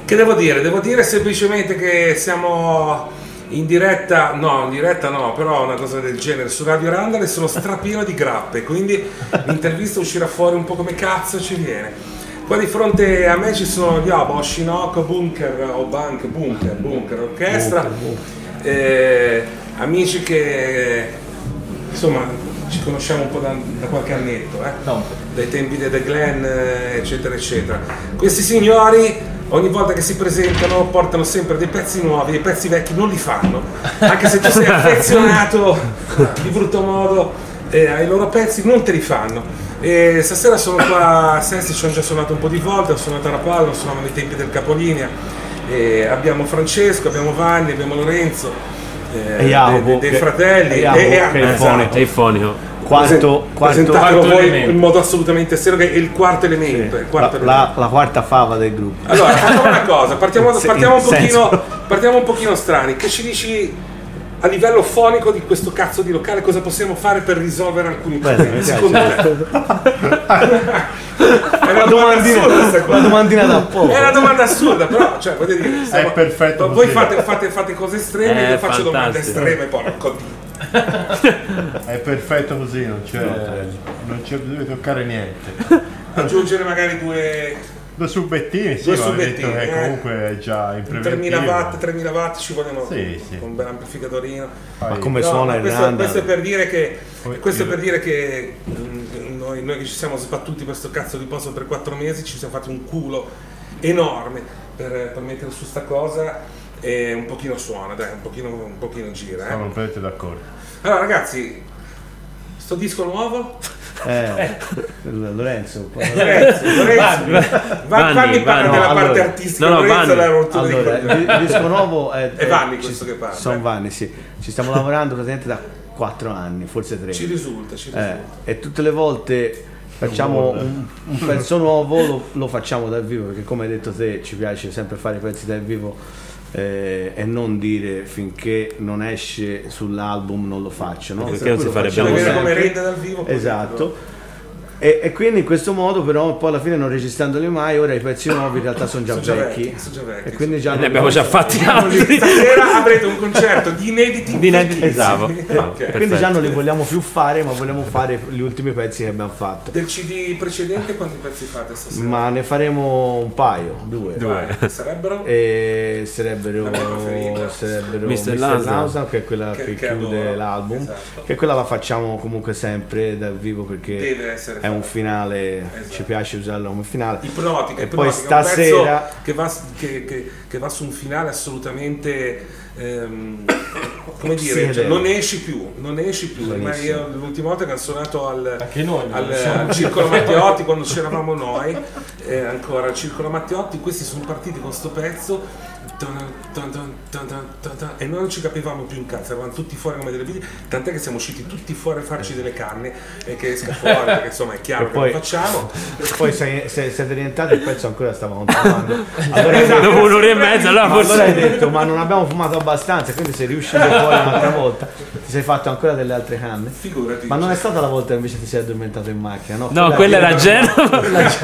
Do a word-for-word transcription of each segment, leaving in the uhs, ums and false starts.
Che devo dire? Devo dire semplicemente che siamo in diretta, no, in diretta no, però una cosa del genere su Radio Randall e sono strapieno di grappe, quindi l'intervista uscirà fuori un po' come cazzo ci viene. Qua di fronte a me ci sono gli Obo, Shinoko, Bunker o Bank, Bunker, Bunker Orchestra, eh, amici che insomma ci conosciamo un po' da, da qualche annetto, eh? No. Dai tempi di The Glen, eccetera, eccetera. Questi signori ogni volta che si presentano portano sempre dei pezzi nuovi, dei pezzi vecchi non li fanno, anche se tu sei affezionato di brutto modo eh, ai loro pezzi non te li fanno. E stasera sono qua a Sesti, ci ho già suonato un po' di volte, ho suonato a Rapallo, suonavamo nei tempi del capolinea, e abbiamo Francesco, abbiamo Vanni, abbiamo Lorenzo, eh, e Jacopo, dei, dei fratelli, e, Jacopo, e, e, che è il fonico. È il fonico. Quarto, quarto, presentatelo quarto voi elemento. in modo assolutamente serio, che è il quarto elemento, sì, il quarto la, elemento. la, la quarta fava del gruppo. Allora, facciamo una cosa, partiamo, Se- partiamo, un in senso. pochino, partiamo un pochino strani. Che ci dici a livello fonico di questo cazzo di locale? Cosa possiamo fare per risolvere alcuni problemi? Bene, Secondo te? È una domandina, assurda questa qua. una domandina da poco. È una domanda assurda, però, cioè, voglio dire, stiamo- perfetto Voi così. fate, fate, fate cose estreme, È io faccio domande fantastico. estreme e porco Dio. È perfetto così, non c'è, non c'è bisogno di toccare niente. Aggiungere magari due, Due subettini, sì, Due ma ho detto subettini, che eh. comunque è già in preventivo. tremila watt, tremila watt ci vogliono, Sì, sì. con un bel amplificatorino. Poi- Ma come No, suona ma il questo, Randall? questo è per dire che, Poi questo è io- per dire che mm, noi, noi che ci siamo sbattuti per questo cazzo di posto per quattro mesi ci siamo fatti un culo enorme per, per mettere su sta cosa e un pochino suona, dai, un pochino, un pochino gira. Sono Eh. completamente d'accordo. Allora ragazzi, sto disco nuovo, Eh, Lorenzo, poi- Lorenzo, Lorenzo, va, Vanni, fammi parlare Vanni, della no, parte allora, artistica, no, no, Lorenzo Vanni. l'ha rotto dei allora, coglioni. il disco nuovo è, È Vanni ci- questo che parla, Sono eh. Vanni, sì. Ci stiamo lavorando praticamente da quattro anni, forse tre. Ci risulta, ci Eh, risulta. e tutte le volte facciamo un, un pezzo nuovo, lo, lo facciamo dal vivo, perché come hai detto te ci piace sempre fare i pezzi dal vivo, eh, e non dire finché non esce sull'album non lo faccio, no? Perché non si Lo farebbe facciamo Deve così. vedere come sempre. rende dal vivo. poi Esatto. E, e quindi in questo modo però poi alla fine non registrandoli mai, ora i pezzi nuovi in realtà sono già Sono già vecchi, vecchi, sono già vecchi, e quindi già Ne non- abbiamo già fatti altri. Stasera avrete un concerto di inediti Di inediti, vecchissimi. esatto. Ok. e quindi già Perfetto. non li vogliamo più fare, ma vogliamo fare gli ultimi pezzi che abbiamo fatto. Del C D precedente quanti pezzi fate stasera? Ma ne faremo un paio, due. Due. Sarebbero? E sarebbero, La mia preferita. sarebbero mister mister Lansdowne, Lansdowne, che è quella che, Che- che chiude adoro. l'album, Esatto. che quella la facciamo comunque sempre dal vivo perché Deve essere è un fatto. finale, Esatto. ci piace usarlo come finale. Ipnotica, E ipnotica, poi un stasera pezzo che va, che, che, che va su un finale assolutamente ehm, come dire, Sì, cioè, è non vero. ne esci più, non ne esci più. Ma Benissimo. io l'ultima volta che ho suonato al, Anche noi, al, non siamo- al Circolo Matteotti, quando c'eravamo noi, eh, ancora al Circolo Matteotti, questi sono partiti con sto pezzo. Tan, tan, tan, tan, tan, tan, tan, e noi non ci capivamo più un cazzo, eravamo tutti fuori come delle video, tant'è che siamo usciti tutti fuori a farci delle canne e che esca fuori, perché insomma è chiaro E che poi- lo facciamo. poi se, se siete rientrati il pezzo ancora stava continuando. Allora, Esatto. Dopo un'ora e mezza, allora ma forse. allora hai detto ma non abbiamo fumato abbastanza, quindi sei riuscito fuori un'altra volta, ti sei fatto ancora delle altre canne. Figurati. Ma non è stata la volta che invece ti sei addormentato in macchina, no? No, quella era Genova.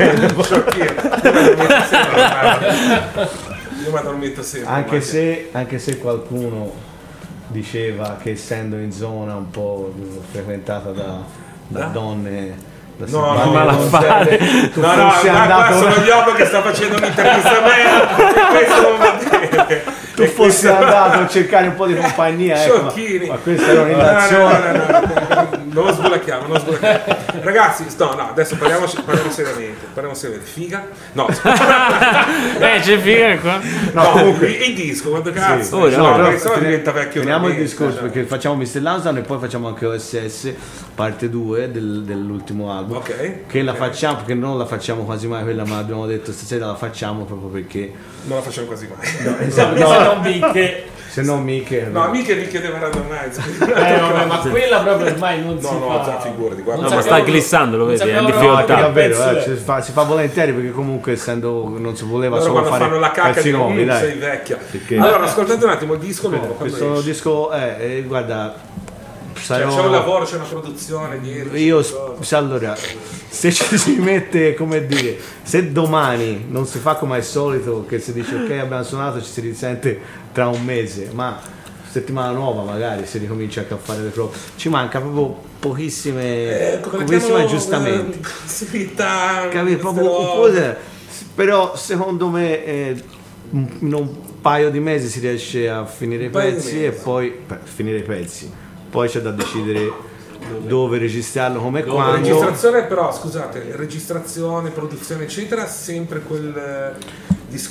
Io mi addormento sempre. Anche ma- se, anche se qualcuno diceva che essendo in zona un po' frequentata da, da Da? donne da No, simpatiche no, malaffare. donzelle, tu No, no, fossi qua, qua andato, sono gli Obo che sta facendo un'intervista a me e questo non va bene. tu E fossi questo- andato a cercare un po' di compagnia, ecco, ma, Sciocchini. ma questa era No, no, un'invasione. no, no, no, no, non lo sbolacchiamo, non lo sbolacchiamo. Ragazzi, no, no, adesso parliamo, parliamo seriamente, parliamo seriamente. Figa? No, Eh, c'è figa qua. no, comunque il disco, quando cazzo? Oh, no, no, no, perché sennò teni- diventa vecchio. Teniamo il veramente, discorso cioè. perché facciamo mister Lansdowne e poi facciamo anche O S S parte due del- dell'ultimo album. Ok. Che la ok. facciamo, perché non la facciamo quasi mai quella, ma abbiamo detto stasera la facciamo proprio perché Non la facciamo quasi mai. esatto, no, no, non bicche. se no mica No, mica mi chiedeva randomize. Eh, vabbè, ma quella proprio ormai non No, si no, fa. figurati, guarda. No, Non ma sappiamo- sta glissando, lo non vedi, è in sappiamo difficoltà. proprio che davvero, pezzo eh, è. si, fa, si fa volentieri perché comunque essendo non si voleva Allora solo quando fare fanno la cacca pezzi di nuovi, "Mm, dai. sei vecchia". Perché- Allora ascoltate un attimo il disco nuovo. quando Questo esce? disco, eh, eh, guarda, sarò... Cioè, c'è un lavoro, c'è una produzione dietro. Io, c'è qualcosa. s- allora, se ci si mette, come dire, se domani non si fa come al solito, che si dice ok abbiamo suonato, ci si risente tra un mese, ma settimana nuova magari si ricomincia anche a fare le prove, ci manca proprio pochissime, Eh, come pochissimi chiamo, aggiustamenti. eh, possibilità, Capì? Proprio un po' de- però secondo me eh, in un paio di mesi si riesce a finire i Un paio di pezzi e mesi. poi per finire i pezzi poi c'è da decidere dove registrarlo, come e La quando. registrazione però, scusate, registrazione, produzione eccetera, sempre quel eh,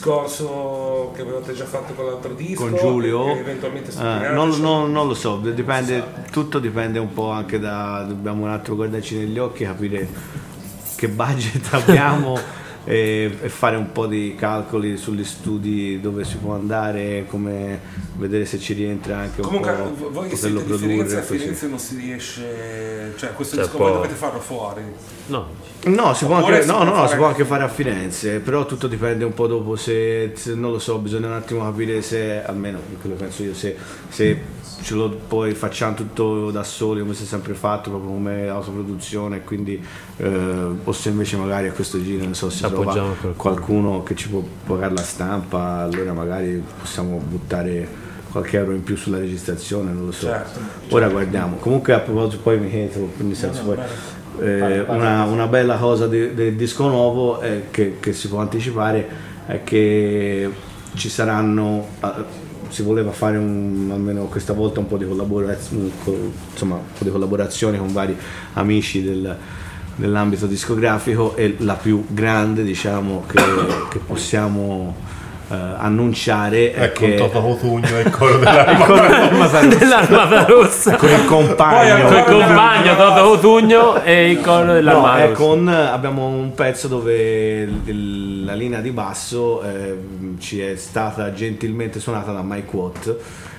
discorso che avevate già fatto con l'altro disco, Con Giulio, che eventualmente Eh, stupirate, non, cioè- non- non lo so, dipende, tutto dipende un po' anche da, dobbiamo un attimo guardarci negli occhi, capire che budget abbiamo e, e fare un po' di calcoli sugli studi dove si può andare, come vedere se ci rientra anche un Comunque po', voi che poterlo siete di Firenze, a così. Firenze non si riesce, cioè questo Cioè, disco può- voi dovete farlo fuori. No. No, si può Oppure anche, si no, può no, no, fare si può anche- anche fare a Firenze, però tutto dipende un po' dopo se, se- non lo so, bisogna un attimo capire se, almeno quello penso io, se, se ce lo poi facciamo tutto da soli come si è sempre fatto, proprio come autoproduzione, quindi eh, o se invece magari a questo giro, non so, si Appoggiamo trova qualcuno. qualcuno che ci può pagare la stampa, allora magari possiamo buttare qualche euro in più sulla registrazione, non lo so. Certo, Ora guardiamo. Comunque a proposito poi mi chiedo, quindi senso poi eh, una, una bella cosa de- del disco nuovo eh, che, che si può anticipare è che ci saranno, eh, si voleva fare un, almeno questa volta un po' di collaborazione, insomma un po' di collaborazione con vari amici del, dell'ambito discografico, e la più grande diciamo che, che possiamo eh, annunciare è Ecco, che Toto Cotugno e il coro della il coro dell'Armata Rossa, Dell'Armata Rossa. con il compagno. Col compagno Toto Cotugno e il coro No, dell'Armata è Rossa. con, abbiamo un pezzo dove il- il- la linea di basso eh, ci è stata gentilmente suonata da Mike Watt,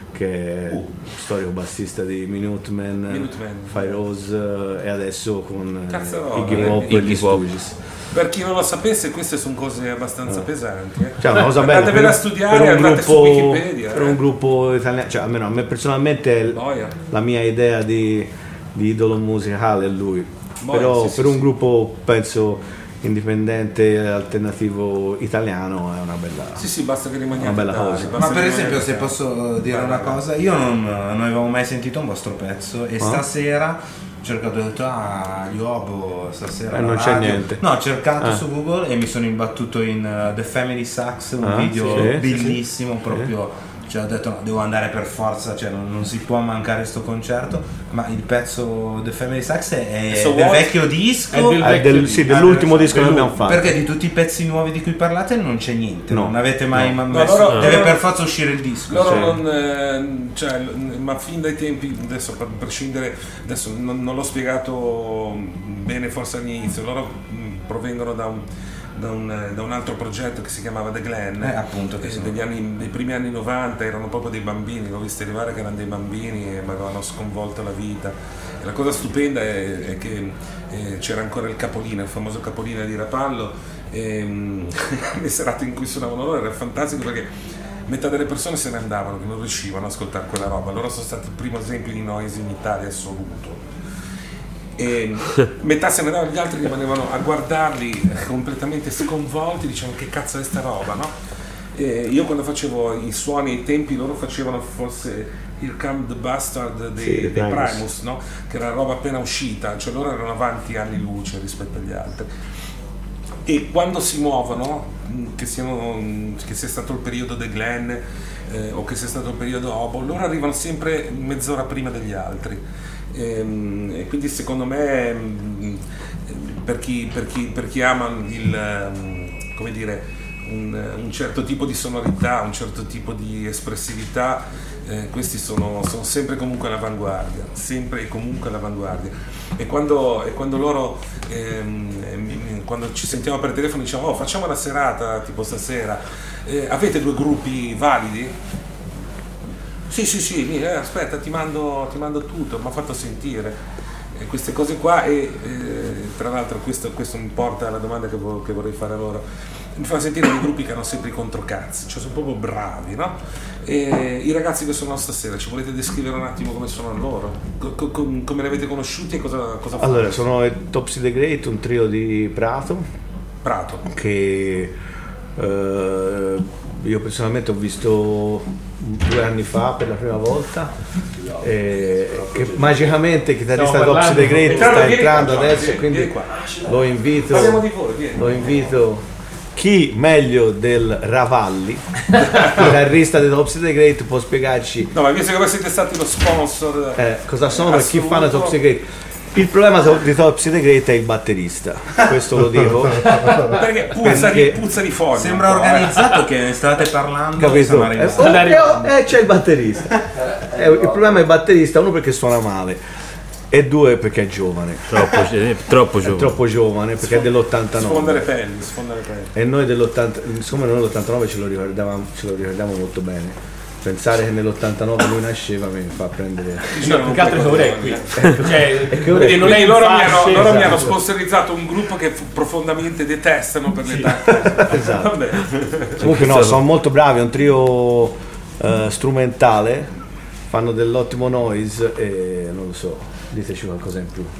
che è storico bassista di Minutemen, Minutemen. Fire Rose eh, e adesso con eh, Cazzarola, Iggy eh, Pop e Iggy gli Pop. Stooges. Per chi non lo sapesse, queste sono cose abbastanza pesanti. Eh. Cioè, una cosa bella Andatevela a per, studiare, per un andate su gruppo, Wikipedia. per eh. un gruppo italiano, cioè almeno a me personalmente è Boia. la mia idea di, di idolo musicale è lui. Boia, Però sì, sì, per un sì. gruppo penso indipendente alternativo italiano è una bella Sì, sì, basta che rimaniate Una bella tali, cosa. basta Ma che per rimaniate esempio, se tali. posso dire Vai, una vai, vai. cosa, io non, non avevo mai sentito un vostro pezzo e Ah? stasera ho cercato, ho detto ah, Yobo stasera Eh, alla non c'è radio. niente. No, ho cercato Ah. su Google e mi sono imbattuto in uh, The Family Sucks, un Ah, video sì, sì, bellissimo, sì. proprio. Cioè, ho detto no, devo andare per forza, cioè non, non si può mancare sto concerto, ma il pezzo The Family Sucks è So del what? vecchio disco. È del Eh, del- sì, dell'ultimo disco che abbiamo fatto. Perché di tutti i pezzi nuovi di cui parlate non c'è niente, No. non avete mai No. ma- No, messo, loro- deve loro- per forza uscire il disco. Loro cioè. non, eh, cioè, l- ma fin dai tempi, adesso per prescindere, adesso non, non l'ho spiegato bene forse all'inizio, loro mh, provengono da un, da, un, da un altro progetto che si chiamava The Glen, Eh, appunto, che eh, sono- degli anni, dei primi anni novanta, erano proprio dei bambini, l'ho visto arrivare che erano dei bambini e mi avevano sconvolto la vita. E la cosa stupenda è, è che eh, c'era ancora il capolino, il famoso capolino di Rapallo, e mh, le serate in cui suonavano loro era fantastico perché metà delle persone se ne andavano, che non riuscivano ad ascoltare quella roba. Loro sono stati il primo esempio di noise in Italia assoluto. E metà se ne andavano, gli altri rimanevano a guardarli completamente sconvolti, dicevano che cazzo è sta roba, no? E io quando facevo i suoni ai tempi, loro facevano forse Here Come the Bastard dei, Sì, dei Primus. Primus, no? Che era roba appena uscita, cioè loro erano avanti anni luce rispetto agli altri. E quando si muovono, mh, che, siano, mh, che sia stato il periodo The Glen eh, o che sia stato il periodo Obo, loro arrivano sempre mezz'ora prima degli altri. Ehm, E, quindi secondo me mh, per chi, per chi, per chi ama il, mh, come dire, un, un certo tipo di sonorità, un certo tipo di espressività, eh, questi sono, sono sempre comunque all'avanguardia, sempre e comunque all'avanguardia. E quando, e quando loro, ehm, mi- quando ci sentiamo per telefono diciamo oh facciamo una serata tipo stasera, eh, avete due gruppi validi? Sì, sì, sì, eh, aspetta, ti mando, ti mando tutto, mi ha fatto sentire. E queste cose qua, e eh, tra l'altro questo, questo mi porta alla domanda che, vo- che vorrei fare a loro. mi fanno sentire dei gruppi che hanno sempre i controcazzi, cioè sono proprio bravi, no? E i ragazzi che sono stasera, ci volete descrivere un attimo come sono loro? Co- co- come li avete conosciuti e cosa, cosa fanno? Allora, sono i Topsy the Great, un trio di Prato, Prato. che eh, io personalmente ho visto due anni fa per la prima volta, eh, che magicamente il chitarrista Stiamo Topsy the Great parlando- sta Vieni qua, entrando Giorgio, adesso, vieni, quindi vieni qua. lo invito, Parliamo di voi, vieni. lo invito. Chi meglio del Ravalli, chitarrista di Topsy the Great, può spiegarci No, ma visto che voi siete stati lo sponsor, eh, cosa sono e chi assoluto. fanno Topsy the Great? Il problema di Topsy the Great è il batterista, questo lo dico. perché puzza, Perché di, puzza di foglia. Sembra un po', eh. organizzato che ne stavate parlando. Capito? Siamo Eh, arrivati. oh, eh, c'è il batterista. Eh, il problema è il batterista, uno perché suona male e due perché è giovane, Troppo, eh, troppo è giovane. troppo giovane perché è Sfonda le dell'ottantanove pelli, sfonda le pelli. e noi dell'ottanta, siccome noi dell'ottantanove ce lo ricordavamo, ce lo ricordiamo molto bene. Pensare che nell'ottantanove lui nasceva mi fa prendere. No, più che altro che ora è qui. Cioè, E che ora è quindi non Quindi è loro, in mi hanno, fasce, loro mi hanno esatto. sponsorizzato un gruppo che f- profondamente detestano per l'età. Esatto. Vabbè. Comunque no, sono molto bravi, è un trio eh, strumentale, fanno dell'ottimo noise e non lo so, diteci qualcosa in più.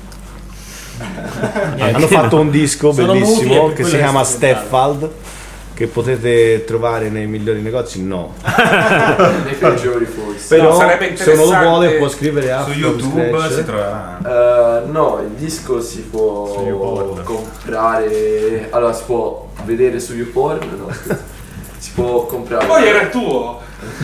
Hanno fatto un disco Sono muti bellissimo e per che quello si è chiama strumentale. Steffald, che potete trovare nei migliori negozi, no. Nei peggiori forse. Però sarebbe se non lo vuole interessante- può scrivere a Su YouTube si troverà. Eh, no, il disco si può Su YouPorn. comprare. Allora si può vedere su YouPorn, no? Si può comprare. Poi era il tuo.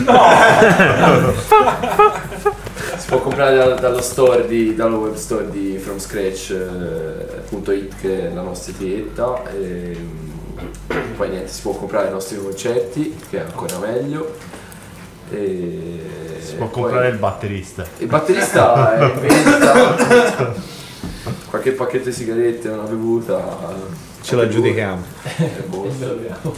Si può comprare dal- dallo store di, dallo web store di from scratch punto it, che è la nostra etichetta. E poi niente, si può comprare ai nostri concerti, che è ancora meglio. E Si può poi- comprare il batterista. il batterista è in vendita. Qualche pacchetto di sigarette, una bevuta. Ce la giudichiamo. È buono.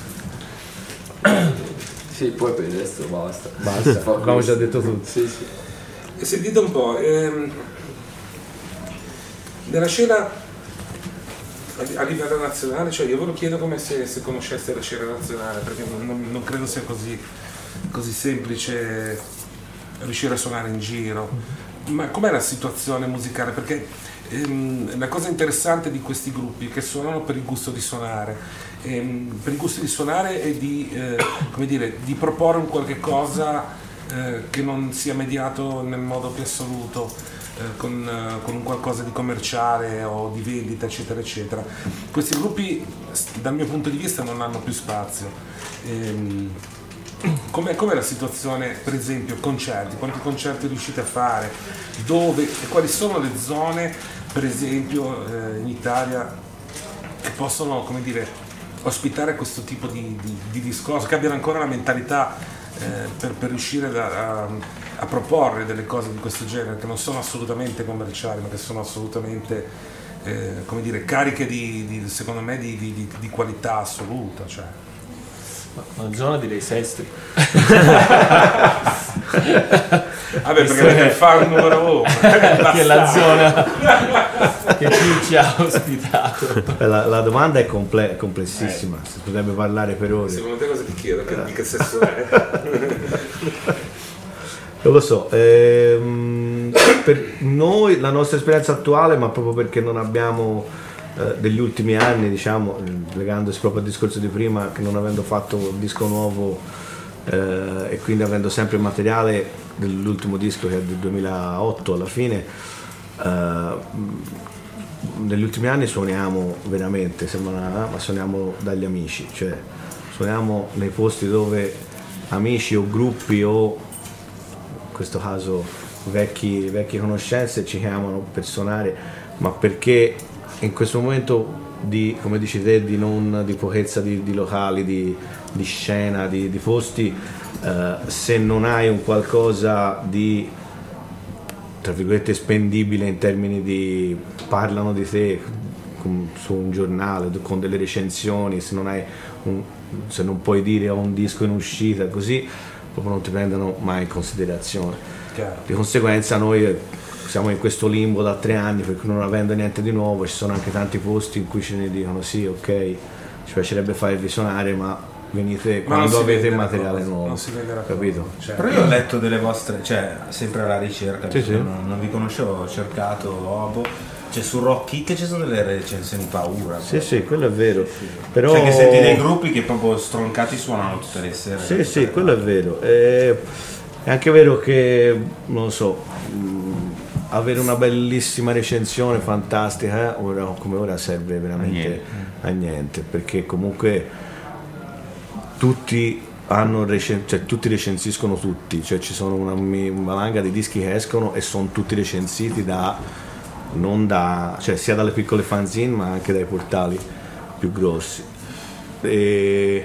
Sì, poi per il resto basta. Basta, Fa abbiamo questo. già detto tutto. Sì, sì. E sentite un po', ehm, nella scena a, a livello nazionale, cioè io ve lo chiedo come se, se conosceste la scena nazionale, perché non, non- non credo sia così, così semplice riuscire a suonare in giro. Ma com'è la situazione musicale? Perché ehm, la cosa interessante di questi gruppi è che suonano per il gusto di suonare, ehm, per il gusto di suonare e di, eh, come dire, di proporre un qualche cosa eh, che non sia mediato nel modo più assoluto, eh, con, eh, con un qualcosa di commerciale o di vendita, eccetera, eccetera. Questi gruppi, s- dal mio punto di vista, non hanno più spazio. Ehm, Com'è, com'è la situazione, per esempio, concerti? Quanti concerti riuscite a fare? Dove e quali sono le zone, per esempio, eh, in Italia che possono, come dire, ospitare questo tipo di, di, di discorso, che abbiano ancora la mentalità eh, per, per riuscire da- a, a proporre delle cose di questo genere, che non sono assolutamente commerciali, ma che sono assolutamente, eh, come dire, cariche di, di- secondo me, di, di- di- di qualità assoluta. Cioè. Una zona direi Sestri. Vabbè, perché avete il fan numero uno. Che è la zona che più ci ha ospitato. La, la domanda è comple- complessissima, si potrebbe parlare per ore. Secondo te cosa ti chiedo? Che, di che sesso è? Non lo so, ehm, per noi la nostra esperienza attuale, ma proprio perché non abbiamo eh, degli ultimi anni, diciamo, eh, legandosi proprio al discorso di prima, che non avendo fatto un disco nuovo eh, e quindi avendo sempre il materiale dell'ultimo disco che è del duemilaotto alla fine, eh, negli ultimi anni suoniamo veramente, sembra una, ma suoniamo dagli amici, cioè suoniamo nei posti dove amici o gruppi o in questo caso vecchi, vecchie conoscenze ci chiamano per suonare, ma perché in questo momento di, come dici te, di, non, di pochezza di, di locali, di, di scena, di, di posti, eh, se non hai un qualcosa di, tra virgolette, spendibile in termini di parlano di te con, su un giornale, con delle recensioni, se non hai un, se non puoi dire ho un disco in uscita, così proprio non ti prendono mai in considerazione. Chiaro. Di conseguenza noi eh, siamo in questo limbo da tre anni, perché non avendo niente di nuovo ci sono anche tanti posti in cui ce ne dicono sì, ok, ci piacerebbe farvi suonare, ma venite Ma non quando si avete vende la materiale cosa, nuovo, non si vende la cosa, capito? cioè. Però io ho letto delle vostre, cioè sempre alla ricerca, Sì, sì. Non, non vi conoscevo, ho cercato, Obo, cioè su Rock Kick ci sono delle recensioni paura. Sì, sì, quello è vero. Però... Cioè che senti dei gruppi che proprio stroncati suonano tutte le sere. Sì, sì, quello è vero. E- È anche vero che, non lo so, mh, avere una bellissima recensione fantastica, eh, ora come ora serve veramente a niente, perché comunque tutti hanno recen- cioè tutti recensiscono tutti, cioè ci sono una, mi- una valanga di dischi che escono e sono tutti recensiti da non da, cioè sia dalle piccole fanzine ma anche dai portali più grossi. E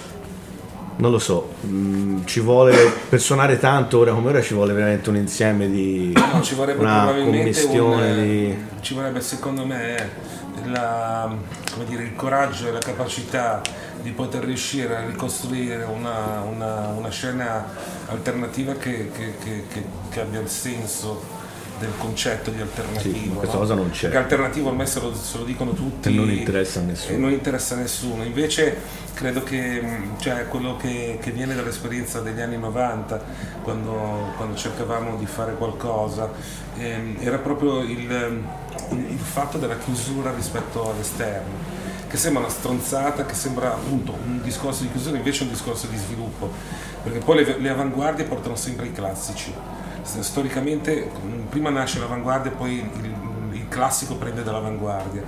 non lo so, mh, ci vuole, per suonare tanto ora come ora ci vuole veramente un insieme di No, ci vorrebbe una probabilmente commistione un, di... ci vorrebbe secondo me la, come dire, il coraggio e la capacità di poter riuscire a ricostruire una, una, una scena alternativa che, che, che, che, che abbia il senso del concetto di alternativo. Sì, questa no? cosa non c'è. Perché alternativo ormai se lo, se lo dicono tutti E non interessa a nessuno. e non interessa a nessuno. Invece credo che mh, cioè, quello che, che viene dall'esperienza degli anni novanta, quando, quando cercavamo di fare qualcosa, ehm, era proprio il, il, il fatto della chiusura rispetto all'esterno, che sembra una stronzata, che sembra appunto un discorso di chiusura, invece è un discorso di sviluppo, perché poi le, le avanguardie portano sempre i classici. Storicamente prima nasce l'avanguardia, poi il, il classico prende dall'avanguardia.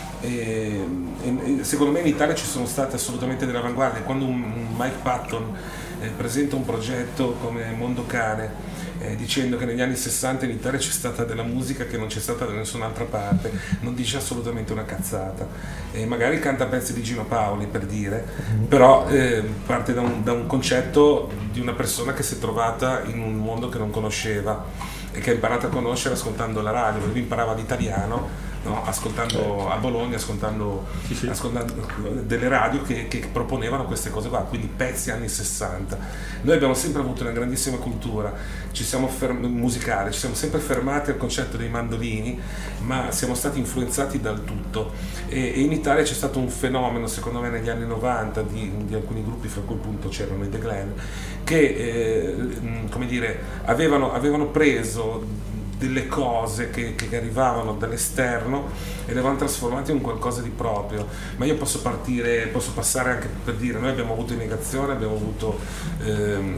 E, e secondo me in Italia ci sono state assolutamente delle avanguardie. Quando un, un Mike Patton eh, presenta un progetto come Mondo Cane, eh, dicendo che negli anni sessanta in Italia c'è stata della musica che non c'è stata da nessun'altra parte, non dice assolutamente una cazzata. E magari canta pezzi di Gino Paoli, per dire, però eh, parte da un, da un concetto di una persona che si è trovata in un mondo che non conosceva e che ha imparato a conoscere ascoltando la radio. Lui imparava l'italiano, no? Ascoltando a Bologna, ascoltando, ascoltando delle radio che, che proponevano queste cose qua, quindi pezzi anni sessanta. Noi abbiamo sempre avuto una grandissima cultura, ci siamo ferm- musicale, ci siamo sempre fermati al concetto dei mandolini, ma siamo stati influenzati dal tutto. E, e in Italia c'è stato un fenomeno, secondo me, negli anni novanta di, di alcuni gruppi, fra cui appunto c'erano i The Glen, che eh, come dire, avevano, avevano preso delle cose che, che arrivavano dall'esterno e le avevano trasformate in qualcosa di proprio. Ma io posso partire, posso passare anche per dire, noi abbiamo avuto i Negazione, abbiamo avuto ehm,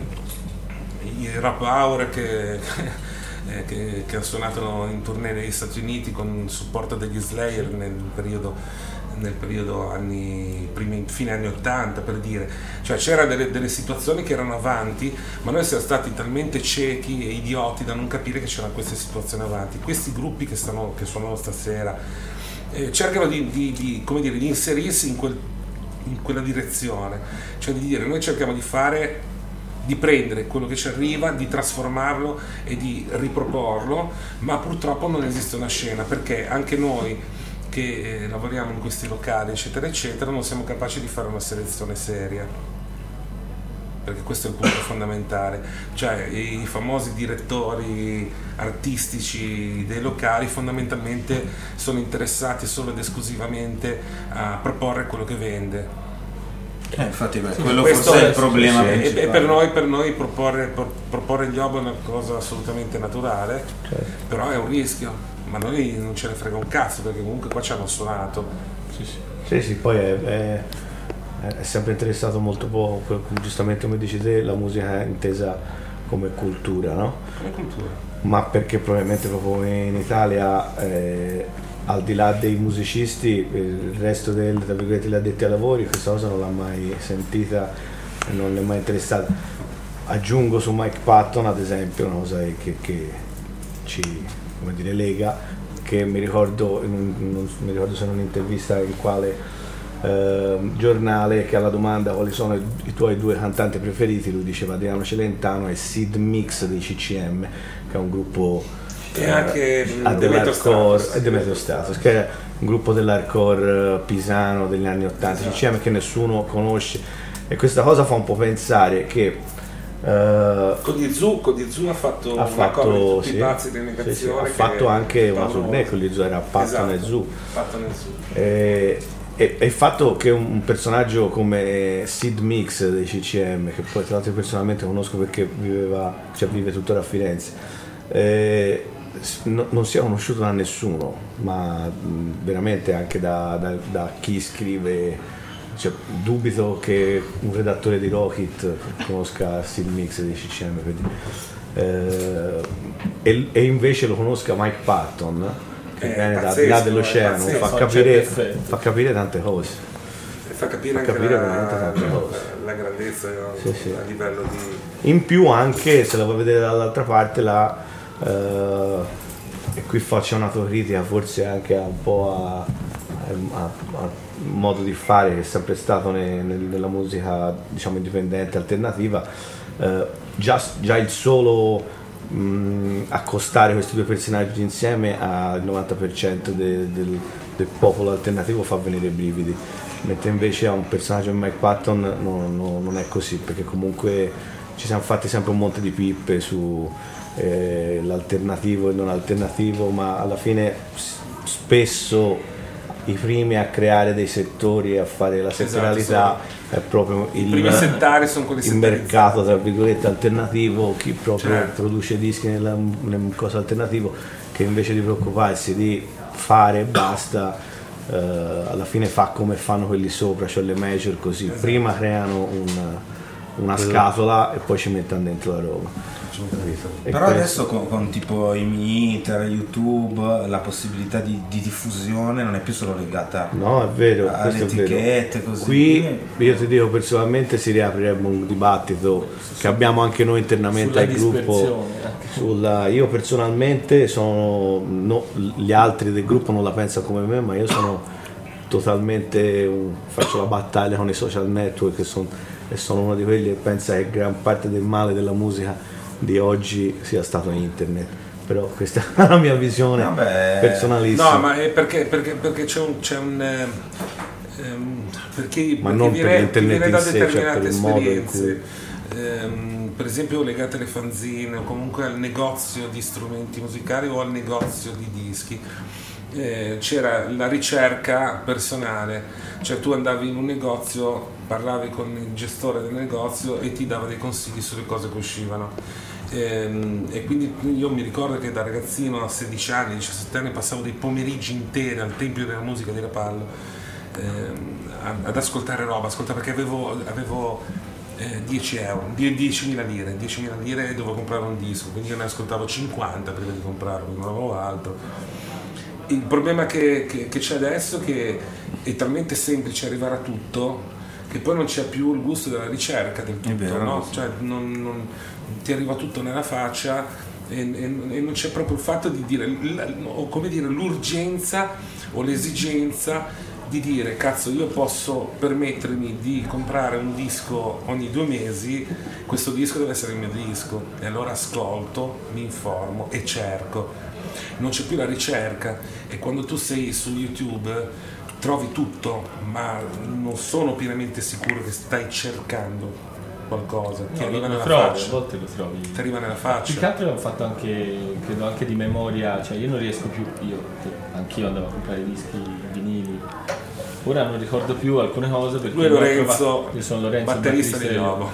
i Rap Hour che, eh, che, che hanno suonato in tournée negli Stati Uniti con il supporto degli Slayer nel periodo nel periodo anni primi, fine anni ottanta, per dire, cioè c'era delle, delle situazioni che erano avanti, ma noi siamo stati talmente ciechi e idioti da non capire che c'erano queste situazioni avanti. Questi gruppi che, stanno, che suonano stasera eh, cercano di, di, di, come dire, di inserirsi in, quel, in quella direzione, cioè di dire noi cerchiamo di fare, di prendere quello che ci arriva, di trasformarlo e di riproporlo, ma purtroppo non esiste una scena, perché anche noi che eh, lavoriamo in questi locali eccetera eccetera non siamo capaci di fare una selezione seria, perché questo è il punto fondamentale. Cioè i, i famosi direttori artistici dei locali fondamentalmente sono interessati solo ed esclusivamente a proporre quello che vende. Eh, infatti beh, quello Questo forse è è- il problema sì, e- principale. e per noi, per noi proporre, pro- proporre gli obo è una cosa assolutamente naturale, però è un rischio, ma noi non ce ne frega un cazzo, perché comunque qua ci hanno suonato. Sì, sì, poi è, è, è sempre interessato molto poco, giustamente come dici te, la musica è intesa come cultura, no? Come cultura. Ma perché probabilmente proprio in Italia, eh, al di là dei musicisti, eh, il resto del, tra virgolette, degli addetti ai lavori, questa cosa non l'ha mai sentita e non le è mai interessata. Aggiungo su Mike Patton, ad esempio, una cosa che, che ci, come dire, lega, che mi ricordo, in un, non mi ricordo se in un'intervista in quale eh, giornale, che alla domanda quali sono i, i tuoi due cantanti preferiti, lui diceva Adriano Celentano e Sid Mix dei C C M, che è un gruppo E anche a Demetrio dell'hardcore Status. e Demetrio Status, che è un gruppo dell'hardcore pisano degli anni ottanta, Esatto. C C M, che nessuno conosce, e questa cosa fa un po' pensare che eh, Con gli Zoo, con gli Zoo ha fatto, ha una fatto, cover di tutti sì, i pazzi delle sì, negazioni. sì, ha che fatto è anche una paurosa. tournée con gli Zoo, era Patton Esatto, e Zoo. Patton e Zoo. E, e, e il fatto che un, un personaggio come Sid Mix dei C C M, che poi tra l'altro personalmente conosco perché viveva, cioè vive tuttora a Firenze, eh, no, non sia conosciuto da nessuno, ma mh, veramente anche da, da, da chi scrive. Cioè, dubito che un redattore di Rocket conosca Sid Mix dei C C M, eh, e, e invece lo conosca Mike Patton, che È viene da, pazzesco, di là è dell'oceano, pazzesco, fa capire, perfetto. fa capire tante cose. E fa capire Fa anche capire la, veramente tante cose. la grandezza Sì, sì. a livello di... In più anche, se la vuoi vedere dall'altra parte, la, eh, e qui faccio un'autocritica forse anche un po' a, a, a modo di fare che è sempre stato ne, ne, nella musica, diciamo, indipendente, alternativa, eh, già, già il solo mh, accostare questi due personaggi insieme al novanta per cento de, del, del popolo alternativo fa venire i brividi, mentre invece a un personaggio come Mike Patton no, no, non è così, perché comunque ci siamo fatti sempre un monte di pippe su eh, l'alternativo e il non alternativo, ma alla fine s- spesso i primi a creare dei settori e a fare la settorialità è proprio il, I primi settari sono quelli il settorizzati. mercato tra virgolette alternativo, chi proprio Certo. produce dischi nella, nel cosa alternativo, che invece di preoccuparsi di fare e basta, eh, alla fine fa come fanno quelli sopra, cioè le major così, Esatto. prima creano una, una scatola e poi ci mettono dentro la roba. E Però questo- adesso con, con tipo i meter, YouTube, la possibilità di, di diffusione non è più solo legata No, è vero, alle questo è vero. etichette, così. Qui io ti dico personalmente si riaprirebbe un dibattito che abbiamo anche noi internamente Sulla al gruppo. dispersione, anche. Sulla, io personalmente sono, no, gli altri del gruppo non la pensano come me, ma io sono totalmente un- faccio la battaglia con i social network e, son- e sono uno di quelli che pensa che gran parte del male della musica di oggi sia stato internet. Però questa è la mia visione Vabbè. personalissima. No, ma è perché, perché, perché c'è un... C'è un eh, ehm, perché, Ma perché non per viene, l'internet viene da in sé, cioè determinate per il modo in esperienze, ehm, per esempio legate alle fanzine o comunque al negozio di strumenti musicali o al negozio di dischi. Eh, c'era la ricerca personale, cioè tu andavi in un negozio, parlavi con il gestore del negozio e ti dava dei consigli sulle cose che uscivano. Ehm, e quindi io mi ricordo che da ragazzino a sedici anni, diciassette anni passavo dei pomeriggi interi al Tempio della Musica di Rapallo ehm, ad ascoltare roba, ascoltare perché avevo, avevo eh, dieci euro, die- diecimila lire, diecimila lire e dovevo comprare un disco, quindi io ne ascoltavo cinquanta prima di comprarlo, non avevo altro. Il problema che, che- che c'è adesso è che è talmente semplice arrivare a tutto che poi non c'è più il gusto della ricerca del tutto, vero, no? sì. Cioè non, non- ti arriva tutto nella faccia e, e- e non c'è proprio il fatto di dire, l- o come dire, l'urgenza o l'esigenza di dire cazzo io posso permettermi di comprare un disco ogni due mesi, questo disco deve essere il mio disco e allora ascolto, mi informo e cerco. Non c'è più la ricerca e quando tu sei su YouTube trovi tutto, ma non sono pienamente sicuro che stai cercando qualcosa, ti No, arriva lo, lo nella trovi, a faccia, volte lo trovi. ti arriva nella Più faccia. che altro ho fatto anche, credo anche di memoria, cioè io non riesco più, io, che anch'io andavo a comprare dischi vinili, ora non ricordo più alcune cose perché Lui è non ho Lorenzo, provato- io sono Lorenzo, batterista di del Lobo.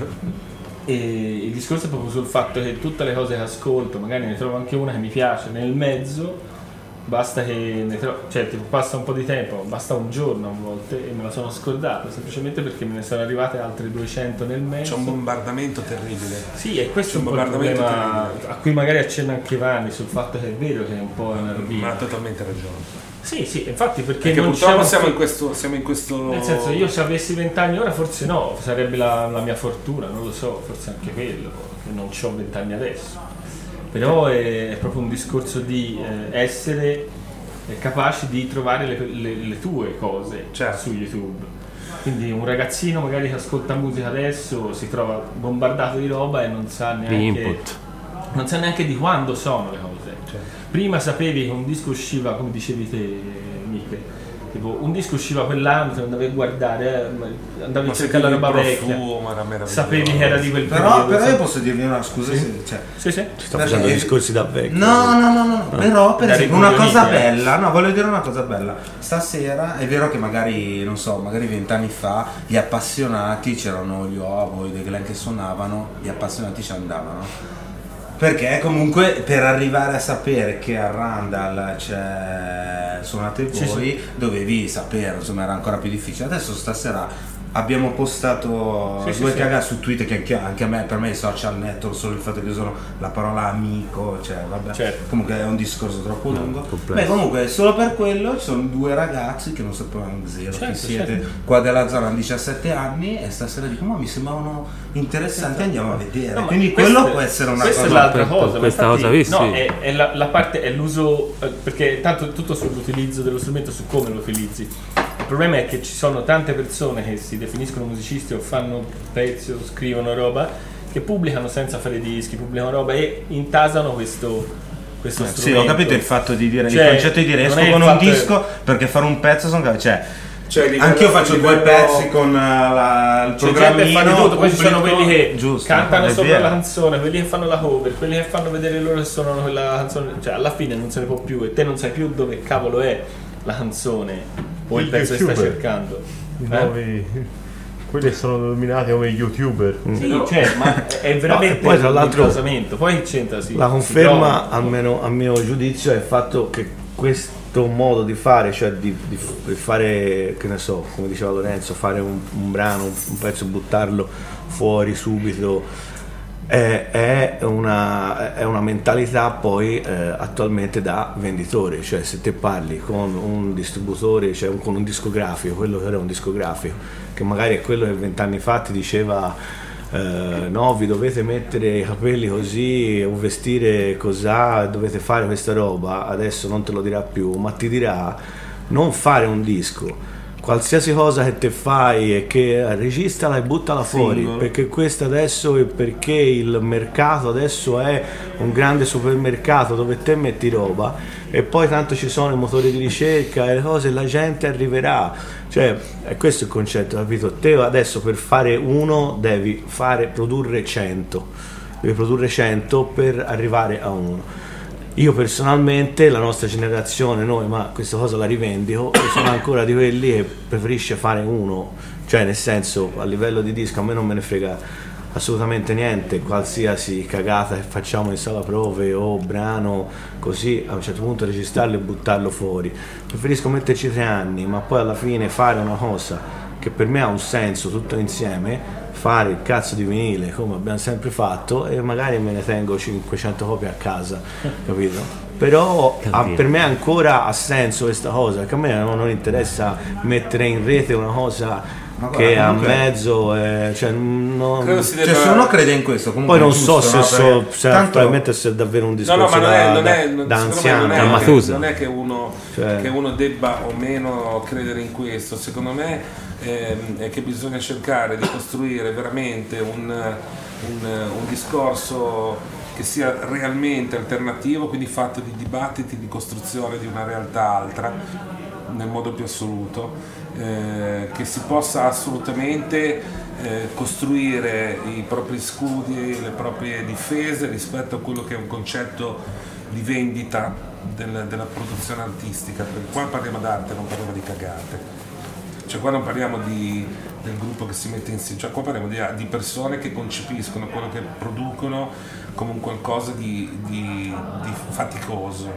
E il discorso è proprio sul fatto che tutte le cose che ascolto, magari ne trovo anche una che mi piace nel mezzo, basta che ne trovo, cioè tipo passa un po' di tempo, basta un giorno a volte e me la sono scordata, semplicemente perché me ne sono arrivate altre duecento nel mezzo. C'è un bombardamento terribile. Sì, e questo C'è è un un po' il bombardamento problema terribile. a cui magari accenna anche Vanni sul fatto che è vero che è un po' una Ma rovina. ha totalmente ragione. Sì, sì, infatti perché, Perché non purtroppo c'è un siamo fi- in questo, siamo in questo. Nel senso, io se avessi vent'anni ora forse no, sarebbe la, la mia fortuna, non lo so, forse anche quello, che non ho vent'anni adesso. Però è, è proprio un discorso di eh, essere eh, capaci di trovare le, le- le tue cose Certo. su YouTube. Quindi un ragazzino magari che ascolta musica adesso si trova bombardato di roba e non sa Di neanche, input. non sa neanche di quando sono le cose. Certo. Prima sapevi che un disco usciva, come dicevi te, Miche, tipo un disco usciva quell'anno, te lo andavi a guardare, eh, andavi Ma a cercare la roba vecchia, profumo, era meraviglioso. sapevi che era di quel Però, periodo. però sai? io posso dirvi una scusa, se- cioè, Sì, sì. Sto Perché- facendo discorsi da vecchio. No, no, no, no, no. Però per Dare esempio una coglioni, cosa eh. bella, no, voglio dire una cosa bella. Stasera è vero che magari, non so, magari vent'anni fa gli appassionati, c'erano gli Ovo, i The Glen che suonavano, gli appassionati ci andavano. Perché comunque per arrivare a sapere che a Randall c'è suonate voi, Sì, dovevi sapere, insomma era ancora più difficile. Adesso stasera abbiamo postato Sì, sì, due sì. cagate su Twitter che anche, anche a me, per me i social network, solo il fatto che usano la parola amico, cioè vabbè, Certo. comunque è un discorso troppo lungo. complesso. Beh, comunque solo per quello ci sono due ragazzi che non sapevano zero Certo, chi siete, certo. qua della zona hanno diciassette anni e stasera dico ma mi sembravano interessanti, andiamo a vedere. No, ma Quindi questa- quello può essere una questa cosa. è l'altra Per- cosa. per ma questa infatti- cosa qui, sì. No, è, è la, la parte, è l'uso, eh, perché tanto tutto sull'utilizzo dello strumento, su come lo utilizzi. Il problema è che ci sono tante persone che si definiscono musicisti o fanno pezzi o scrivono roba, che pubblicano senza fare dischi, pubblicano roba e intasano questo, questo Eh, Sì, strumento. ho capito il fatto di dire, Cioè, il concetto di dire non esco è il con un fatto che- disco perché fare un pezzo sono cioè Cioè, livello- anch'io faccio due livello- pezzi con uh, la, il C'è gente programmino, che fa di tutto, poi ci sono pubblico- quelli che giusto, cantano è sopra vero. la canzone, quelli che fanno la cover, quelli che fanno vedere loro che suonano quella canzone, cioè alla fine non se ne può più e te non sai più dove cavolo è la canzone o il Il pezzo che stai YouTuber. cercando. I Eh? nuovi, quelli sono nominati come youtuber. Sì, cioè, ma è veramente No, e poi, tra l'altro, un incasamento. Poi c'entra sì. La si conferma, trova. almeno a mio giudizio, è il fatto che questo modo di fare, cioè di, di f- di fare, che ne so, come diceva Lorenzo, fare un, un brano, un, un pezzo e buttarlo fuori subito, è, è una, è una mentalità poi eh, attualmente da venditore, cioè se te parli con un distributore, cioè un- con un discografico, quello che era un discografico, che magari è quello che vent'anni fa ti diceva eh, no, vi dovete mettere i capelli così, un vestire così, dovete fare questa roba, adesso non te lo dirà più, ma ti dirà non fare un disco. Qualsiasi cosa che te fai e che registrala e buttala fuori, Singolo. perché questo adesso è perché il mercato adesso è un grande supermercato dove te metti roba e poi tanto ci sono i motori di ricerca e le cose, la gente arriverà, cioè è questo il concetto, capito? Te adesso per fare uno devi fare produrre cento, devi produrre cento per arrivare a uno. Io personalmente, la nostra generazione, noi, ma questa cosa la rivendico, io sono ancora di quelli che preferisce fare uno, cioè nel senso a livello di disco a me non me ne frega assolutamente niente, qualsiasi cagata che facciamo in sala prove o brano così, a un certo punto registrarlo e buttarlo fuori. Preferisco metterci tre anni, ma poi alla fine fare una cosa che per me ha un senso tutto insieme, fare il cazzo di vinile come abbiamo sempre fatto e magari me ne tengo cinquecento copie a casa, capito? Però ah, per me ancora ha senso questa cosa, che a me non, non interessa mettere in rete una cosa Ma guarda, che a comunque- mezzo, eh, cioè, non, Credo si Cioè, debba- se uno crede in questo, comunque poi non è giusto, so se, no? so, Perché se tanto- probabilmente se è davvero un No, discorso no, ma non è, da, non è, da- non- da secondo me anziano. non è, da che, Matusa. non è che uno, Cioè- che uno debba o meno credere in questo, secondo me ehm, è che bisogna cercare di costruire veramente un, un, un discorso che sia realmente alternativo, quindi fatto di dibattiti, di costruzione di una realtà altra nel modo più assoluto, eh, che si possa assolutamente eh, costruire i propri scudi, le proprie difese rispetto a quello che è un concetto di vendita del- della produzione artistica, perché qua parliamo d'arte, non parliamo di cagate. Cioè qua non parliamo di, del gruppo che si mette insieme, cioè qua parliamo di, di persone che concepiscono quello che producono come un qualcosa di, di- di faticoso,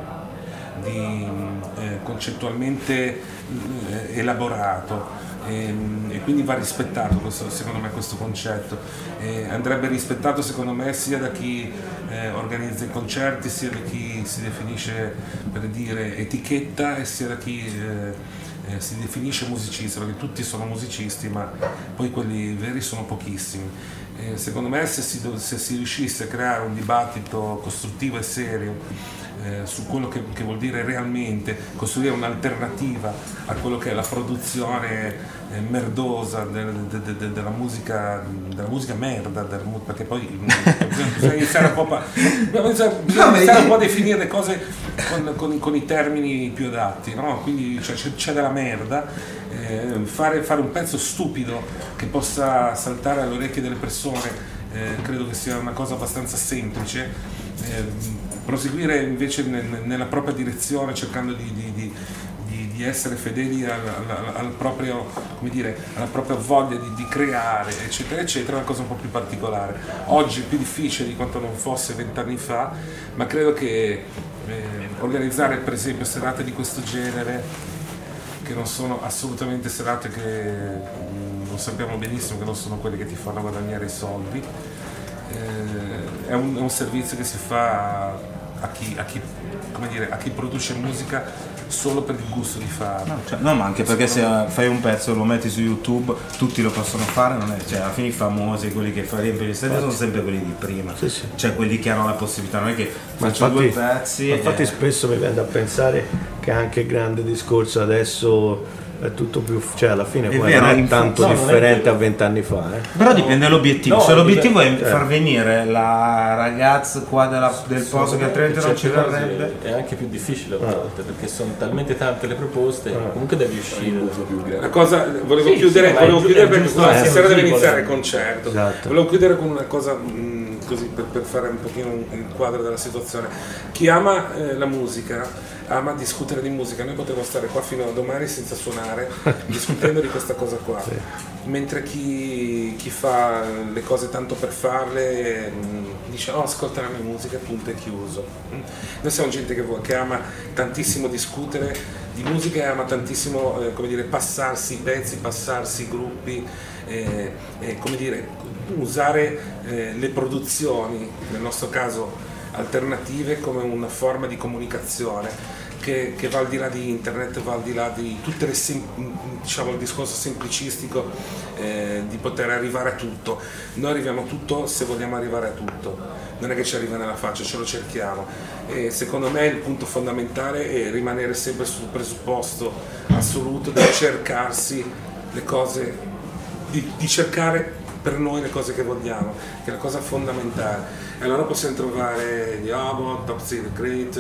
di eh, concettualmente eh, elaborato. E, e quindi va rispettato questo, secondo me questo concetto. E andrebbe rispettato secondo me sia da chi eh, organizza i concerti, sia da chi si definisce, per dire, etichetta, e sia da chi eh, eh, si definisce musicista, perché tutti sono musicisti ma poi quelli veri sono pochissimi. Eh, secondo me se si, do- se si riuscisse a creare un dibattito costruttivo e serio eh, su quello che, che vuol dire realmente costruire un'alternativa a quello che è la produzione eh, merdosa del- de- de- de- della musica della musica merda, del mu- perché poi bisogna, bisogna iniziare un po' a, bisogna, bisogna No, iniziare ma- un po' a definire le cose con, con- con i termini più adatti, no? Quindi cioè, c'è, c'è della merda, eh, fare, fare un pezzo stupido che possa saltare alle orecchie delle persone, eh, credo che sia una cosa abbastanza semplice. Eh, proseguire invece nel- nella propria direzione, cercando di, di- di- di- di essere fedeli al, al- al proprio, come dire, alla propria voglia di, di creare, eccetera, eccetera, è una cosa un po' più particolare. Oggi è più difficile di quanto non fosse vent'anni fa, ma credo che eh, organizzare per esempio serate di questo genere, che non sono assolutamente serate che mm, lo sappiamo benissimo che non sono quelle che ti fanno guadagnare i soldi, eh, è, un, è un servizio che si fa a chi, a chi, come dire, a chi produce musica solo per il gusto di farlo. No, cioè, no, ma anche perché se fai un pezzo, lo metti su YouTube, tutti lo possono fare, non è, cioè alla fine i famosi, quelli che riempiono gli stadi sono sempre quelli di prima, Sì, sì. cioè quelli che hanno la possibilità, non è che Ma faccio infatti, due pezzi ma infatti e- spesso mi viene da pensare che anche il grande discorso adesso è tutto più, cioè alla fine È poi vero, non è infatti- tanto no, non è differente vero. a vent'anni fa, eh. Però dipende dall'obiettivo, No, se l'obiettivo è dipende- far venire la ragazza qua della- del posto che altrimenti non ci Certe cose verrebbe. è anche più difficile a volte perché sono talmente tante le proposte, comunque devi uscire. più grande. La cosa, volevo Sì, chiudere, sì, ma volevo è giu- chiudere è perché giusto, questa eh, sera deve così iniziare il vuole- concerto. Esatto. Volevo chiudere con una cosa mh, così per, per fare un pochino un- il quadro della situazione. Chi ama eh, la musica ama discutere di musica. Noi potremmo stare qua fino a domani senza suonare discutendo di questa cosa qua. Mentre chi, chi fa le cose tanto per farle mh, dice oh ascolta la mia musica, punto e chiuso. Mm. Noi siamo gente che, vuole- che ama tantissimo discutere di musica e ama tantissimo eh, come dire, passarsi i pezzi, passarsi i gruppi, eh, eh, come dire, usare eh, le produzioni, nel nostro caso alternative, come una forma di comunicazione che, che va al di là di internet, va al di là di tutte le sem- diciamo il discorso semplicistico eh, di poter arrivare a tutto. Noi arriviamo a tutto se vogliamo arrivare a tutto, non è che ci arriva nella faccia, ce lo cerchiamo, e secondo me il punto fondamentale è rimanere sempre sul presupposto assoluto di cercarsi le cose, di, di cercare per noi le cose che vogliamo, che è la cosa fondamentale. E allora possiamo trovare gli Abo, Top Secret Great,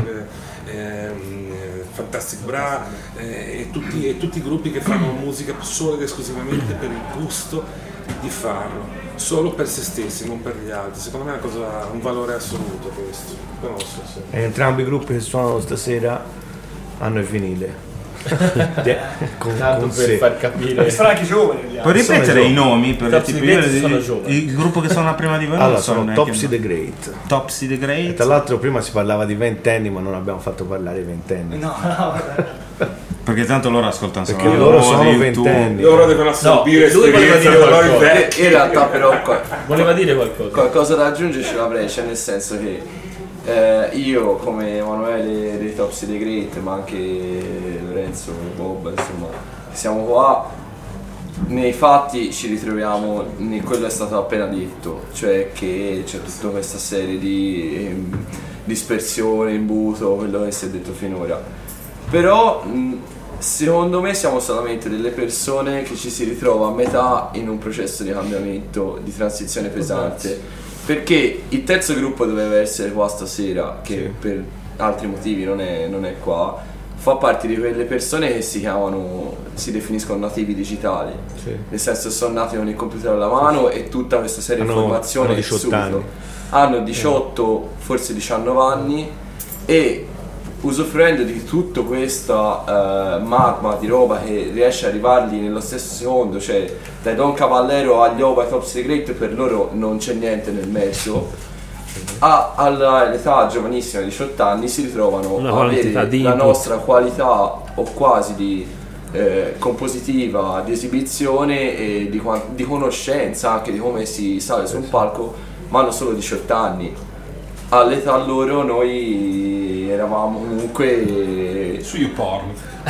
eh, ehm, eh, Fantastic Bra eh, e, tutti, e tutti i gruppi che fanno musica solo ed esclusivamente per il gusto di farlo, solo per se stessi, non per gli altri. Secondo me è una cosa, un valore assoluto questo. Non lo so se... E entrambi i gruppi che suonano stasera hanno il vinile. De- con, Tanto con per sé. far capire. Sono anche giovani. gli Puoi Sono ripetere i giovani. nomi per Topsy tipo, the Great io- sono il, giovani. il gruppo che sono prima di voi non Allora so sono neanche Topsy il the nome. Great. Topsy the E Great. tra l'altro prima si parlava di ventenni ma non abbiamo fatto parlare i ventenni. No, no, vabbè. Perché tanto loro ascoltano solo Perché la loro voce, sono YouTube. ventenni. Loro devono assorbire lui voleva esperienza dire da loro qualcosa. vecchi. In realtà però qua- Voleva dire qualcosa. qualcosa da aggiungere ce l'avrei, cioè nel senso che eh, io come Emanuele dei Topsy the Great, ma anche Lorenzo, Bob, insomma, siamo qua, nei fatti ci ritroviamo in quello che è stato appena detto, cioè che c'è tutta questa serie di ehm, dispersione, imbuto, quello che si è detto finora. Però mh, secondo me siamo solamente delle persone che ci si ritrova a metà in un processo di cambiamento, di transizione pesante. Perché il terzo gruppo doveva essere qua stasera, che Sì. per altri motivi non è, non è qua, fa parte di quelle persone che si chiamano, si definiscono nativi digitali, Sì. nel senso che sono nati con il computer alla mano e tutta questa serie di Hanno- informazioni hanno diciotto subito. anni. Hanno diciotto, forse diciannove anni, e usufruendo di tutta questa eh, magma di roba che riesce a arrivargli nello stesso secondo, cioè dai Don Cavallero agli Ova ai Top Secret, per loro non c'è niente nel mezzo. A, all'età giovanissima, diciotto anni, si ritrovano Una a quantità avere di la input. nostra qualità o quasi di eh, compositiva, di esibizione e di, quan- di conoscenza anche di come si sale su un palco, ma hanno solo diciotto anni. All'età loro noi noi eravamo comunque su YouPorn.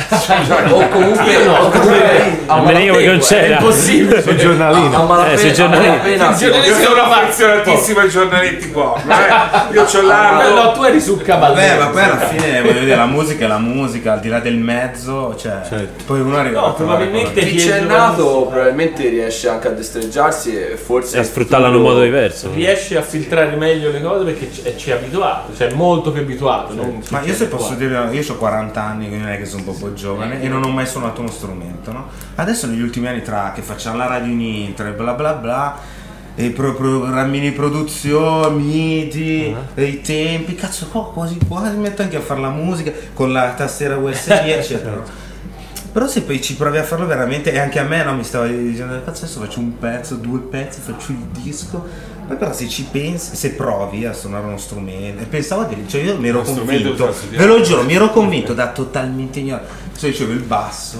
o comunque no, o comunque a Non venivo che non c'era. è impossibile Sul giornalino. a malapena, Eh, sui giornali. a malapena, sì, Io sono affezionatissimo ai giornaletti porno. Eh. Io c'ho No, l'anno. tu eri sul Vabbè, cavallero. ma poi alla fine voglio dire, la musica è la musica, al di là del mezzo, cioè poi uno arriva No, a trovare probabilmente chi c'è nato probabilmente riesce anche a destreggiarsi e forse E a sfruttarla in un modo diverso. riesce a filtrare meglio le cose perché ci, ci è abituato, cioè molto più abituato. non Ma io ci se è posso abituato. dire, io ho quaranta anni, quindi non è che sono proprio giovane e non ho mai suonato uno strumento, no? Adesso negli ultimi anni tra che facciamo la radio in inter, bla bla bla, e i pro- programmi di produzione, midi, e i tempi, cazzo qua quasi quasi mi metto anche a fare la musica con la tastiera U S B eccetera. Però se poi ci provi a farlo veramente, e anche a me no, mi stavo dicendo cazzo adesso faccio un pezzo, due pezzi, faccio il disco. Poi però se ci pensi, se provi a suonare uno strumento, e pensavo di cioè io mi ero Uno strumento convinto, da studiare. ve lo giuro, mi ero convinto da totalmente ignorante. Se dicevo il basso,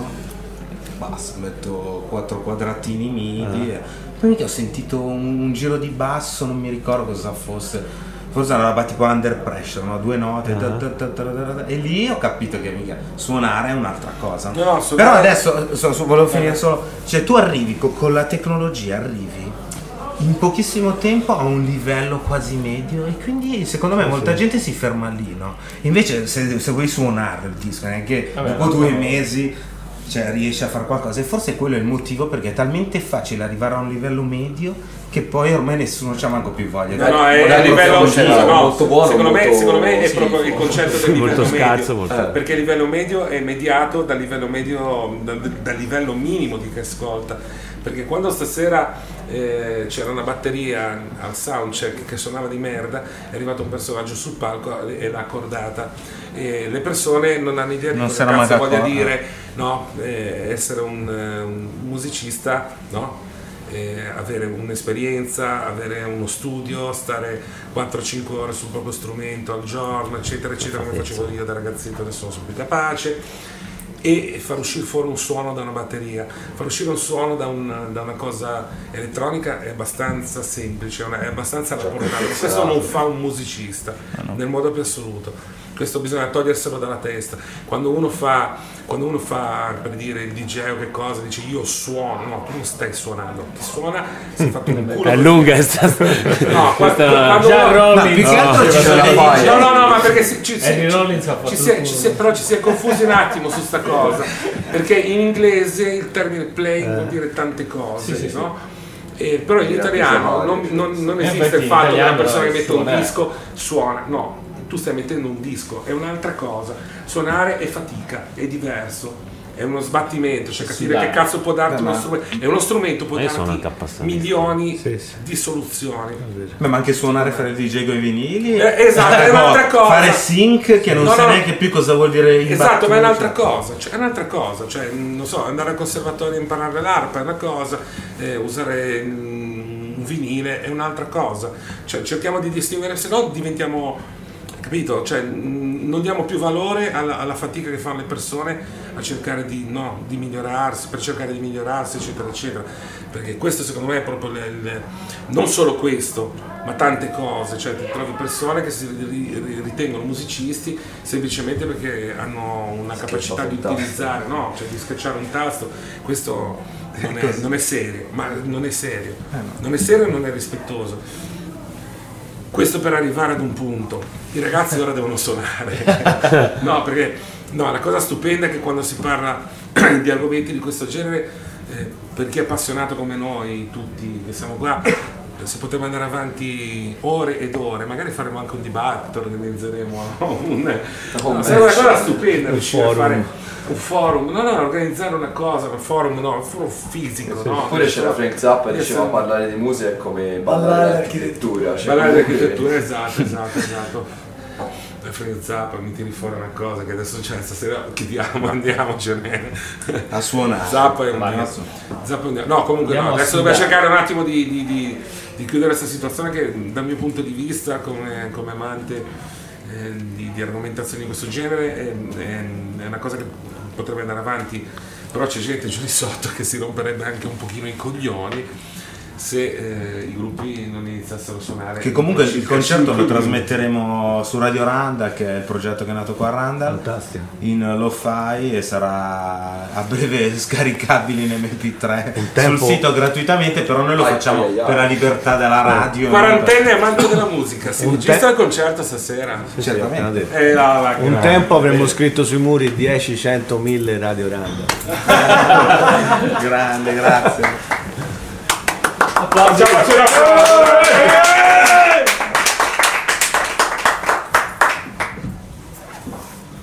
basso, metto quattro quadratini midi, e poi mica ho sentito un, un giro di basso, non mi ricordo cosa fosse. Forse era una roba tipo Under Pressure, no? Due note, ta, ta, ta, ta, ta, ta, e lì ho capito che mica suonare è un'altra cosa. No, no, Però suonare- adesso so, so, volevo finire solo, cioè tu arrivi co- con la tecnologia, arrivi in pochissimo tempo a un livello quasi medio e quindi secondo me molta gente si ferma lì, no? Invece se, se vuoi suonare il disco, neanche Vabbè, dopo no, due no. mesi cioè riesci a fare qualcosa e forse quello è il motivo perché è talmente facile arrivare a un livello medio che poi ormai nessuno c'ha manco più voglia. No, no, è a Magari livello non c'era no, molto buono, secondo, me, molto- secondo me è sì, proprio il concetto del livello molto scarso, medio, molto- Eh, perché il livello medio è mediato dal livello medio dal, dal livello minimo di chi ascolta, perché quando stasera eh, c'era una batteria al soundcheck che suonava di merda, è arrivato un personaggio sul palco e l'ha accordata e le persone non hanno idea di Non cosa si era mai cazzo voglia d'accordo. dire, no, eh, essere un, eh, un musicista, no? Eh, avere un'esperienza, avere uno studio, stare quattro cinque ore sul proprio strumento al giorno, eccetera, eccetera, come facevo io da ragazzetto, adesso non sono più capace, e far uscire fuori un suono da una batteria, far uscire un suono da, un, da una cosa elettronica è abbastanza semplice, è una- è abbastanza alla portata, questo non fa un musicista nel modo più assoluto. Questo bisogna toglierselo dalla testa. Quando uno fa, quando uno fa per dire il D J o che cosa, dice io suono, no, tu non stai suonando, chi suona si è fatto un culo. È lunga questa. No, quando, Questa- quando Già uno- Rollins, No, più che altro no, ci sono la dei fai. No, no, no, ma perché si, ci, si, Henry ci- Rollins ha fatto ci si è, il ci culo. si è- però ci si è confusi un attimo su sta cosa, perché in inglese il termine playing vuol dire tante cose, Sì, sì, sì. no? E però in Era italiano più non, non- non Eh, esiste infatti il in fatto che una italiano persona che mette un suonare. disco suona, no, tu stai mettendo un disco, è un'altra cosa, suonare è fatica, è diverso. È uno sbattimento, cioè capire dai. che cazzo può darti Beh, uno ma- strumento. E uno strumento può Ma io sono darti anche appassionato. milioni Sì, sì. di soluzioni. Beh, ma anche suonare fare il D J con i vinili Eh, esatto, è un'altra cosa. fare sync che non No, sa no. neanche più cosa vuol dire in Esatto, ma è un'altra battuta. cosa, cioè, è un'altra cosa, cioè, non so, andare al conservatorio a imparare l'arpa è una cosa, eh, usare mm, un vinile è un'altra cosa, cioè, cerchiamo di distinguere, se no diventiamo, capito, cioè, mm, non diamo più valore alla, alla fatica che fanno le persone a cercare di, no, di migliorarsi, per cercare di migliorarsi, eccetera, eccetera, perché questo secondo me è proprio le- le- non solo questo, ma tante cose, cioè ti trovi persone che si ri- ri- ritengono musicisti semplicemente perché hanno una capacità di un tasto. utilizzare, no, cioè di schiacciare un tasto, questo non è, non è serio, ma non è serio, non è serio e non è rispettoso. Questo per arrivare ad un punto, i ragazzi ora devono suonare, no, perché no, la cosa stupenda è che quando si parla di argomenti di questo genere, eh, per chi è appassionato come noi tutti che siamo qua, si poteva andare avanti ore ed ore, magari faremo anche un dibattito, organizzeremo un, no, sarebbe una cosa stupenda riuscire a fare un forum, no no, organizzare una cosa, un forum, no, un forum fisico, no? Oppure c'era Frank Zappa e Essere- diceva parlare di musica è come ballare l'architettura. Cioè, Ballare comunque- l'architettura, esatto, esatto, esatto. Per Frank Zappa mi tiri fuori una cosa che adesso c'è, stasera chiediamo, andiamocene. A suonare. Zappa è un Vai, dio. adesso. Zappa è un dio. No, comunque no, Andiamo a adesso dobbiamo sudare. cercare un attimo di, di- di- di chiudere questa situazione che dal mio punto di vista come, come amante eh, di, di argomentazioni di questo genere è, è- è una cosa che potrebbe andare avanti, però c'è gente giù di sotto che si romperebbe anche un pochino i coglioni se eh, i gruppi non iniziassero a suonare. Che comunque il circa concerto lo cinque trasmetteremo su Radio Randa, che è il progetto che è nato qua a Randall, Fantastico. in lo-fi, e sarà a breve scaricabile in emme pi tre tempo- sul sito gratuitamente, però noi lo Ai, facciamo ai, ai. per la libertà della radio. Quarantenne amante della musica, si Un registra te- il concerto stasera. Certamente. Appena detto. Eh, là, là, Un che- tempo avremmo scritto sui muri dieci, cento, mille Radio Randa. Grande, grazie. Facciamoci una-